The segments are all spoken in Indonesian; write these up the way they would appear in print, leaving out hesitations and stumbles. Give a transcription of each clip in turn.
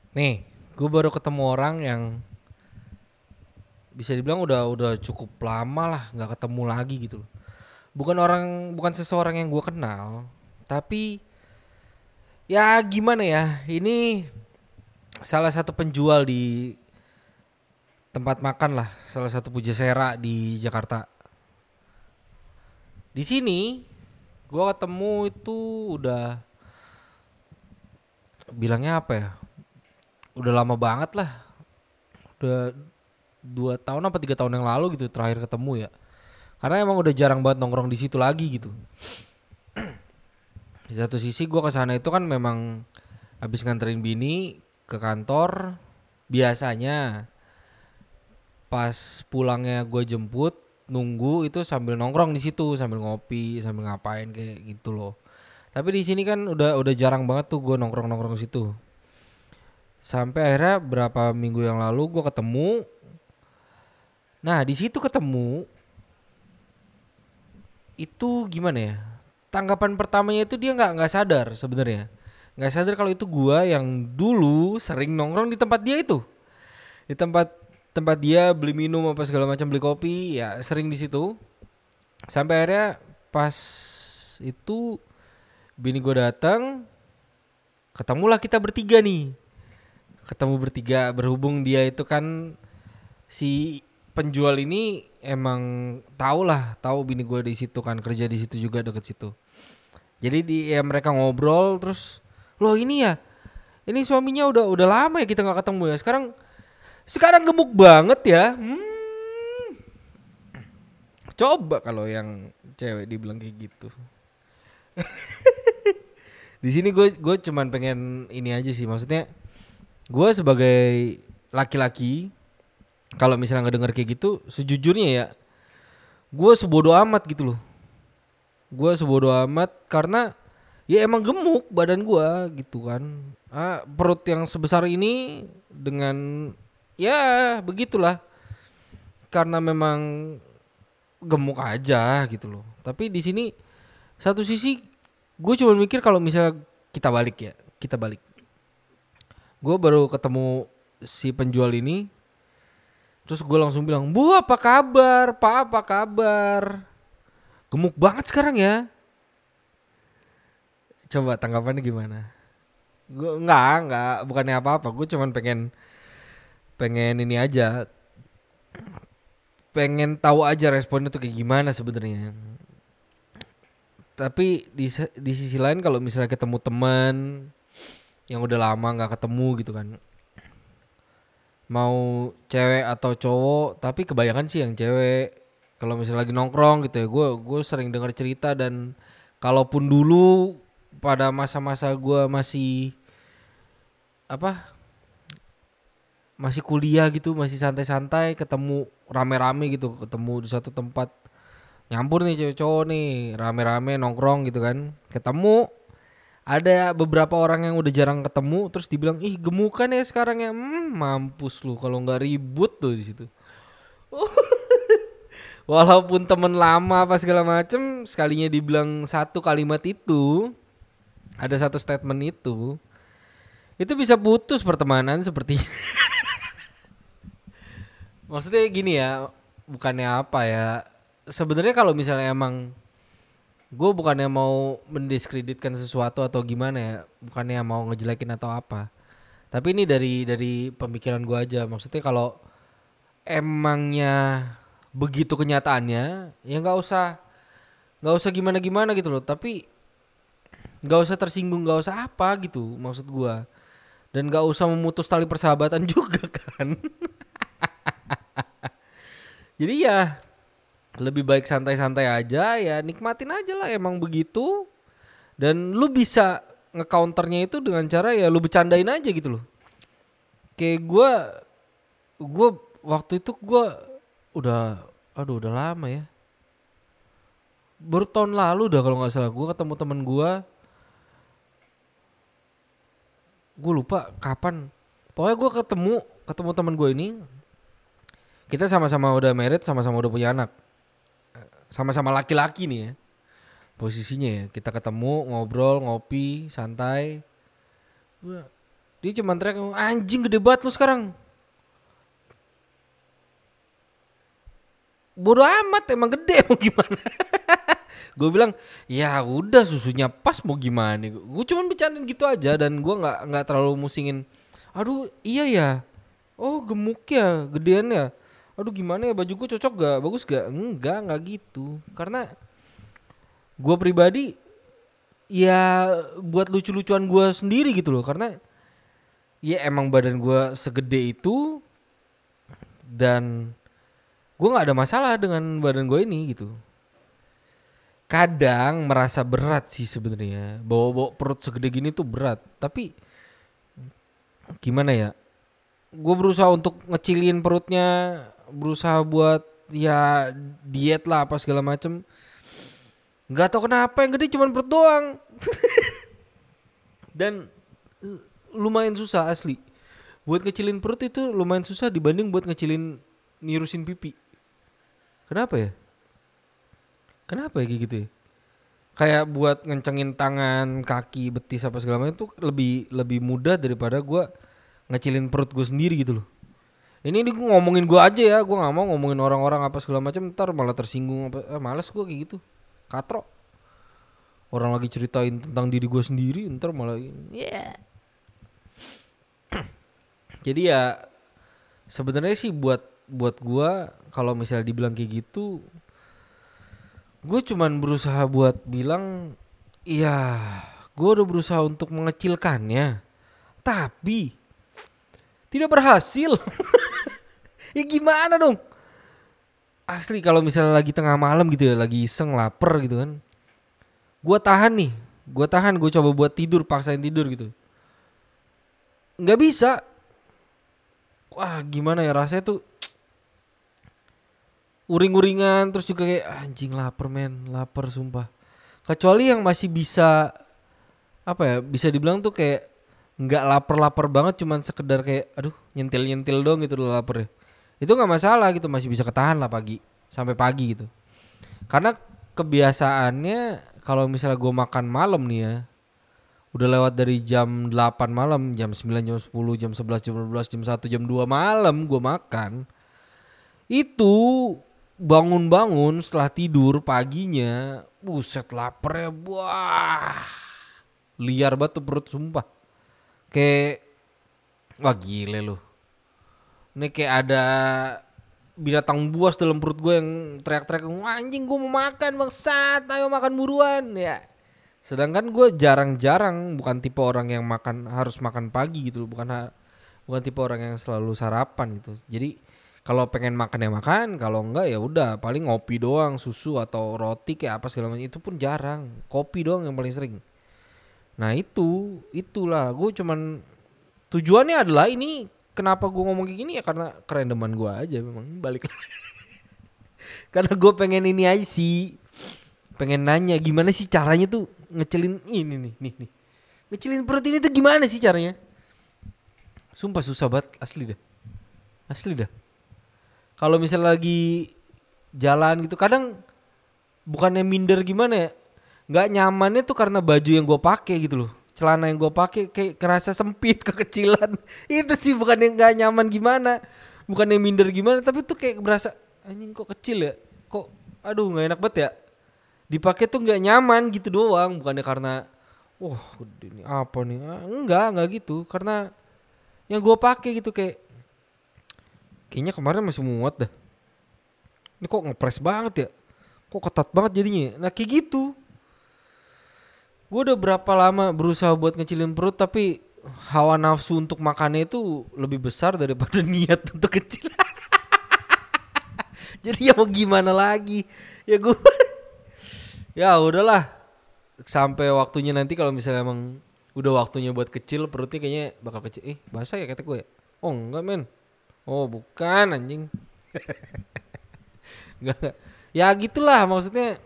Nih, gue baru ketemu orang yang bisa dibilang udah cukup lama lah nggak ketemu lagi gitu loh. Bukan seseorang yang gue kenal, tapi ya gimana ya? Ini salah satu penjual di tempat makan lah, salah satu pujasera di Jakarta. Di sini gue ketemu itu udah bilangnya apa ya? Udah lama banget lah. Udah 2 tahun apa 3 tahun yang lalu gitu terakhir ketemu ya. Karena emang udah jarang banget nongkrong di situ lagi gitu. Di satu sisi gue kesana itu kan memang habis nganterin bini ke kantor. Biasanya pas pulangnya gue jemput nunggu itu sambil nongkrong di situ, sambil ngopi, sambil ngapain kayak gitu loh. Tapi di sini kan udah jarang banget tuh gue nongkrong nongkrong di situ. Sampai akhirnya berapa minggu yang lalu gue ketemu. Nah di situ ketemu itu gimana ya? Tanggapan pertamanya itu dia nggak sadar sebenarnya, nggak sadar kalau itu gua yang dulu sering nongkrong di tempat dia itu, di tempat tempat dia beli minum apa segala macam, beli kopi ya sering di situ. Sampai akhirnya pas itu bini gua datang, ketemulah kita bertiga nih, ketemu bertiga. Berhubung dia itu kan si penjual ini emang tahu bini gua di situ kan, kerja di situ juga deket situ. Jadi ya mereka ngobrol terus, loh ini ya, ini suaminya udah lama ya kita nggak ketemu ya. Sekarang gemuk banget ya. Coba kalau yang cewek dibilang kayak gitu. Di sini gue cuman pengen ini aja sih, maksudnya gue sebagai laki-laki kalau misalnya ngedenger kayak gitu, sejujurnya ya gue sebodoh amat gitu loh. Gue sebodoh amat karena ya emang gemuk badan gua gitu kan. Perut yang sebesar ini dengan ya begitulah, karena memang gemuk aja gitu loh. Tapi di sini satu sisi gue cuma mikir kalau misalnya kita balik ya, kita balik. Gue baru ketemu si penjual ini, terus gue langsung bilang, Bu apa kabar, Pak apa kabar? Gemuk banget sekarang ya. Coba tanggapannya gimana? Gue enggak, bukannya apa-apa. Gue cuman pengen pengen ini aja, pengen tahu aja responnya tuh kayak gimana sebenarnya. Tapi di sisi lain kalau misalnya ketemu teman yang udah lama nggak ketemu gitu kan, mau cewek atau cowok, tapi kebanyakan sih yang cewek. Kalau misalnya lagi nongkrong gitu ya, gue sering dengar cerita. Dan kalaupun dulu pada masa-masa gue masih apa, masih kuliah gitu, masih santai-santai, ketemu rame-rame gitu, ketemu di satu tempat, nyampur nih cewek cowok nih, rame-rame nongkrong gitu kan, ketemu ada beberapa orang yang udah jarang ketemu terus dibilang, ih gemukan ya sekarang ya. Mampus lu kalau nggak ribut tuh di situ. Walaupun temen lama apa segala macem, sekalinya dibilang satu kalimat itu, ada satu statement itu bisa putus pertemanan seperti. Maksudnya gini ya, bukannya apa ya, sebenarnya kalau misalnya emang gue bukannya mau mendiskreditkan sesuatu atau gimana ya, bukannya mau ngejelekin atau apa. Tapi ini dari pemikiran gue aja. Maksudnya kalau emangnya begitu kenyataannya, ya nggak usah gimana-gimana gitu loh. Tapi nggak usah tersinggung, nggak usah apa gitu maksud gue. Dan nggak usah memutus tali persahabatan juga kan. Jadi ya lebih baik santai-santai aja, ya nikmatin aja lah emang begitu. Dan lu bisa ngecounternya itu dengan cara ya lu bercandain aja gitu loh. Kayak gue waktu itu gue udah, aduh udah lama ya, baru tahun lalu udah kalau nggak salah gue ketemu temen gue lupa kapan. Pokoknya gue ketemu temen gue ini, kita sama-sama udah married, sama-sama udah punya anak, sama-sama laki-laki nih ya posisinya ya. Kita ketemu ngobrol ngopi santai. Dia cuma teriak, anjing gede banget lu sekarang. Bodoh amat, emang gede mau gimana. Gue bilang ya udah susunya pas mau gimana. Gue cuma bercandain gitu aja dan gue nggak terlalu musingin. Aduh iya ya, oh gemuk ya, gedean ya. Aduh gimana ya, baju gue cocok gak, bagus gak? Enggak gitu. Karena gue pribadi ya buat lucu-lucuan gue sendiri gitu loh. Karena ya emang badan gue segede itu dan gue nggak ada masalah dengan badan gue ini gitu. Kadang merasa berat sih sebenarnya, bawa perut segede gini tuh berat. Tapi gimana ya? Gue berusaha untuk ngecilin perutnya, berusaha buat ya diet lah apa segala macem. Nggak tahu kenapa yang gede cuma perut doang. Dan lumayan susah asli. Buat ngecilin perut itu lumayan susah dibanding buat ngecilin nirusin pipi. Kenapa ya? Kenapa ya kayak gitu ya? Kayak buat ngencengin tangan, kaki, betis apa segala macam itu lebih mudah daripada gue ngecilin perut gue sendiri gitu loh. Ini ngomongin gue aja ya, gue nggak mau ngomongin orang-orang apa segala macam, ntar malah tersinggung apa. Males gue kayak gitu, katro. Orang lagi ceritain tentang diri gue sendiri, ntar malah, yeah. Jadi ya sebenarnya sih buat gue kalau misalnya dibilang kayak gitu, gue cuman berusaha buat bilang, iya, gue udah berusaha untuk mengecilkannya, tapi tidak berhasil. Ya gimana dong? Asli kalau misalnya lagi tengah malam gitu ya, lagi iseng lapar gitu kan, gue tahan, gue coba buat tidur, paksain tidur gitu, nggak bisa. Wah gimana ya rasanya tuh, uring-uringan terus juga kayak anjing lapar men, lapar sumpah. Kecuali yang masih bisa apa ya, bisa dibilang tuh kayak nggak lapar-lapar banget, cuman sekedar kayak aduh nyentil-nyentil dong gitu loh lapar ya. Itu nggak masalah gitu, masih bisa ketahan lah pagi sampai pagi gitu. Karena kebiasaannya kalau misalnya gue makan malam nih ya, udah lewat dari jam 8 malam, jam 9, jam 10, jam 11, jam 12, jam 1, jam 2 malam gue makan. Itu bangun-bangun setelah tidur paginya, buset lapar ya, wah liar banget tuh perut sumpah. Kayak wah gile loh. Ini kayak ada binatang buas dalam perut gue yang teriak-teriak, anjing gue mau makan bangsat, ayo makan buruan ya. Sedangkan gue jarang-jarang, bukan tipe orang yang harus makan pagi gitu, bukan tipe orang yang selalu sarapan gitu. Jadi kalau pengen makan ya makan, kalau enggak ya udah paling ngopi doang, susu atau roti kayak apa segala macam, itu pun jarang. Kopi doang yang paling sering. Nah itulah gue cuman tujuannya adalah ini, kenapa gue ngomong kayak gini ya karena kerendeman gue aja memang balik. Karena gue pengen ini aja sih, pengen nanya gimana sih caranya tuh ngecilin ini nih. Ngecilin perut ini tuh gimana sih caranya? Sumpah susah banget asli dah. Kalau misalnya lagi jalan gitu kadang bukannya minder gimana ya, nggak nyamannya tuh karena baju yang gue pakai gitu loh, celana yang gue pakai kayak kerasa sempit, kekecilan. Itu sih bukan yang nggak nyaman gimana, bukan yang minder gimana, tapi tuh kayak berasa anjing kok kecil ya, kok aduh nggak enak banget ya dipakai tuh, nggak nyaman gitu doang. Bukannya karena wah ini apa nih, enggak gitu, karena yang gue pakai gitu kayaknya kemarin masih muat dah, ini kok ngepres banget ya, kok ketat banget jadinya. Nah kayak gitu. Gue udah berapa lama berusaha buat ngecilin perut, tapi hawa nafsu untuk makannya itu lebih besar daripada niat untuk kecil. Jadi ya mau gimana lagi? Ya gue ya udahlah, sampai waktunya nanti kalau misalnya emang udah waktunya buat kecil perutnya, kayaknya bakal kecil. Basah ya kata gue ya? Oh enggak men. Oh bukan anjing. Enggak. Ya gitulah maksudnya.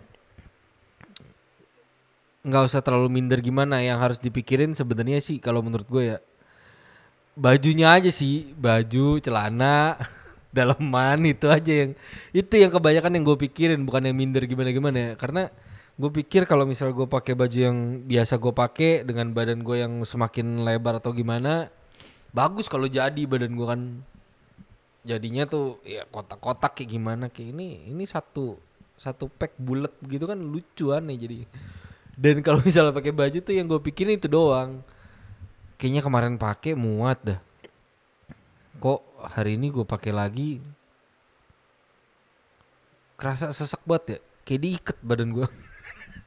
Nggak usah terlalu minder gimana, yang harus dipikirin sebenarnya sih kalau menurut gue ya bajunya aja sih, baju, celana, daleman itu yang kebanyakan yang gue pikirin, bukan yang minder gimana ya. Karena gue pikir kalau misal gue pakai baju yang biasa gue pakai dengan badan gue yang semakin lebar atau gimana, bagus kalau jadi badan gue kan. Jadinya tuh ya kotak-kotak kayak gimana, kayak ini satu pack bulat begitu kan lucu aneh jadi. Dan kalau misalnya pakai baju tuh yang gue pikirin itu doang. Kayaknya kemarin pakai muat dah. Kok hari ini gue pakai lagi kerasa sesek banget ya. Kayak diikat badan gue.